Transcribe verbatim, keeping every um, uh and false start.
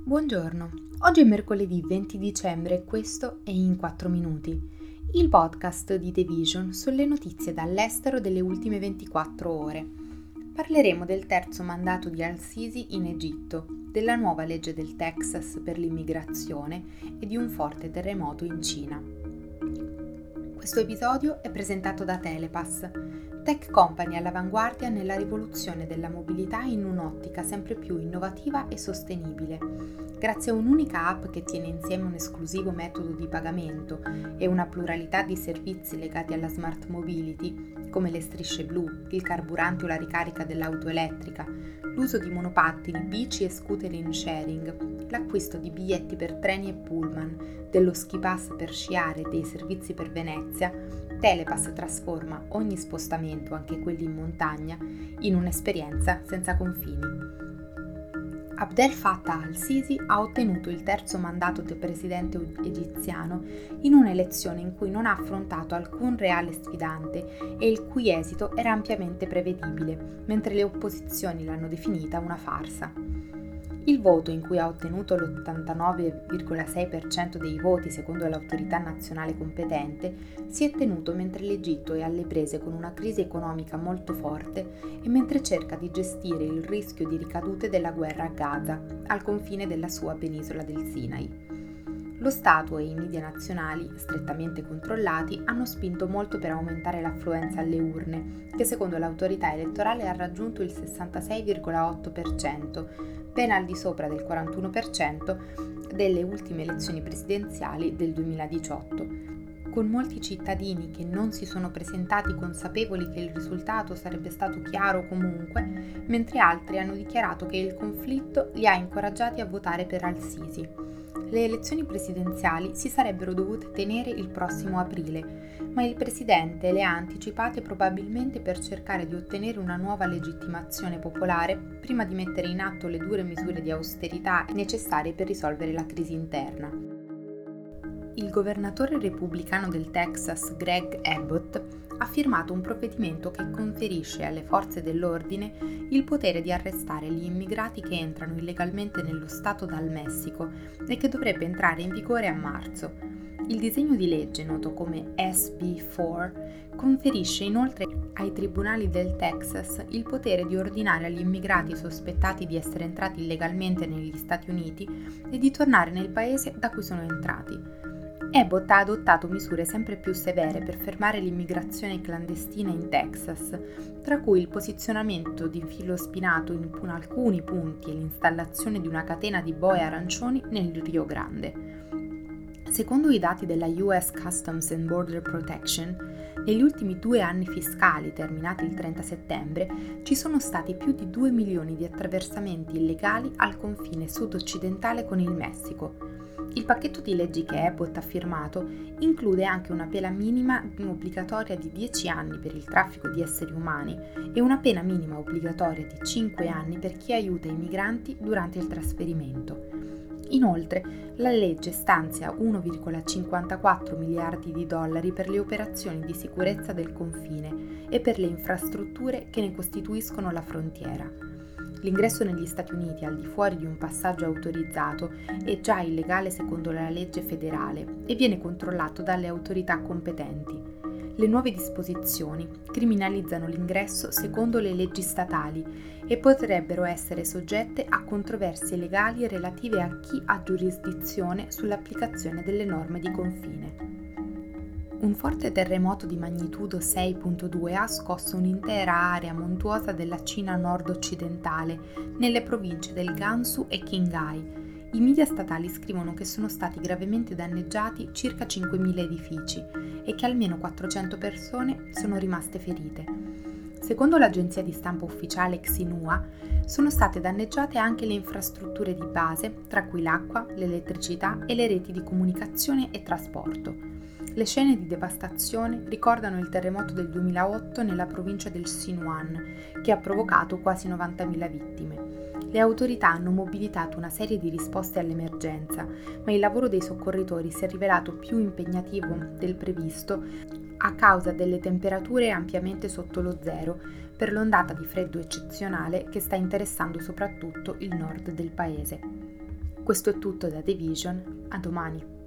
Buongiorno, oggi è mercoledì venti dicembre e questo è In quattro minuti, il podcast di The Vision sulle notizie dall'estero delle ultime ventiquattro ore. Parleremo del terzo mandato di Al-Sisi in Egitto, della nuova legge del Texas per l'immigrazione e di un forte terremoto in Cina. Questo episodio è presentato da Telepass, tech company all'avanguardia nella rivoluzione della mobilità in un'ottica sempre più innovativa e sostenibile. Grazie a un'unica app che tiene insieme un esclusivo metodo di pagamento e una pluralità di servizi legati alla smart mobility, come le strisce blu, il carburante o la ricarica dell'auto elettrica, l'uso di monopattini, bici e scooter in sharing, l'acquisto di biglietti per treni e pullman, dello ski pass per sciare e dei servizi per Venezia, Telepass trasforma ogni spostamento, anche quelli in montagna, in un'esperienza senza confini. Abdel Fattah al-Sisi ha ottenuto il terzo mandato di presidente egiziano in un'elezione in cui non ha affrontato alcun reale sfidante e il cui esito era ampiamente prevedibile, mentre le opposizioni l'hanno definita una farsa. Il voto, in cui ha ottenuto l'ottantanove virgola sei per cento dei voti secondo l'autorità nazionale competente, si è tenuto mentre l'Egitto è alle prese con una crisi economica molto forte e mentre cerca di gestire il rischio di ricadute della guerra a Gaza, al confine della sua penisola del Sinai. Lo Stato e i media nazionali, strettamente controllati, hanno spinto molto per aumentare l'affluenza alle urne, che secondo l'autorità elettorale ha raggiunto il sessantasei virgola otto per cento, ben al di sopra del quarantuno per cento delle ultime elezioni presidenziali del duemiladiciotto, con molti cittadini che non si sono presentati consapevoli che il risultato sarebbe stato chiaro comunque, mentre altri hanno dichiarato che il conflitto li ha incoraggiati a votare per Al-Sisi. Le elezioni presidenziali si sarebbero dovute tenere il prossimo aprile, ma il presidente le ha anticipate probabilmente per cercare di ottenere una nuova legittimazione popolare prima di mettere in atto le dure misure di austerità necessarie per risolvere la crisi interna. Il governatore repubblicano del Texas, Greg Abbott, ha firmato un provvedimento che conferisce alle forze dell'ordine il potere di arrestare gli immigrati che entrano illegalmente nello Stato dal Messico e che dovrebbe entrare in vigore a marzo. Il disegno di legge, noto come S B quattro, conferisce inoltre ai tribunali del Texas il potere di ordinare agli immigrati sospettati di essere entrati illegalmente negli Stati Uniti e di tornare nel paese da cui sono entrati. Abbott ha adottato misure sempre più severe per fermare l'immigrazione clandestina in Texas, tra cui il posizionamento di filo spinato in alcuni punti e l'installazione di una catena di boe arancioni nel Rio Grande. Secondo i dati della U S Customs and Border Protection, negli ultimi due anni fiscali terminati il trenta settembre ci sono stati più di due milioni di attraversamenti illegali al confine sud-occidentale con il Messico. Il pacchetto di leggi che Abbott ha firmato include anche una pena minima obbligatoria di dieci anni per il traffico di esseri umani e una pena minima obbligatoria di cinque anni per chi aiuta i migranti durante il trasferimento. Inoltre, la legge stanzia uno virgola cinquantaquattro miliardi di dollari per le operazioni di sicurezza del confine e per le infrastrutture che ne costituiscono la frontiera. L'ingresso negli Stati Uniti al di fuori di un passaggio autorizzato è già illegale secondo la legge federale e viene controllato dalle autorità competenti. Le nuove disposizioni criminalizzano l'ingresso secondo le leggi statali e potrebbero essere soggette a controversie legali relative a chi ha giurisdizione sull'applicazione delle norme di confine. Un forte terremoto di magnitudo sei virgola due ha scosso un'intera area montuosa della Cina nord-occidentale, nelle province del Gansu e Qinghai. I media statali scrivono che sono stati gravemente danneggiati circa cinquemila edifici e che almeno quattrocento persone sono rimaste ferite. Secondo l'agenzia di stampa ufficiale Xinhua, sono state danneggiate anche le infrastrutture di base, tra cui l'acqua, l'elettricità e le reti di comunicazione e trasporto. Le scene di devastazione ricordano il terremoto del duemilaotto nella provincia del Sichuan, che ha provocato quasi novantamila vittime. Le autorità hanno mobilitato una serie di risposte all'emergenza, ma il lavoro dei soccorritori si è rivelato più impegnativo del previsto a causa delle temperature ampiamente sotto lo zero per l'ondata di freddo eccezionale che sta interessando soprattutto il nord del paese. Questo è tutto da The Vision, a domani.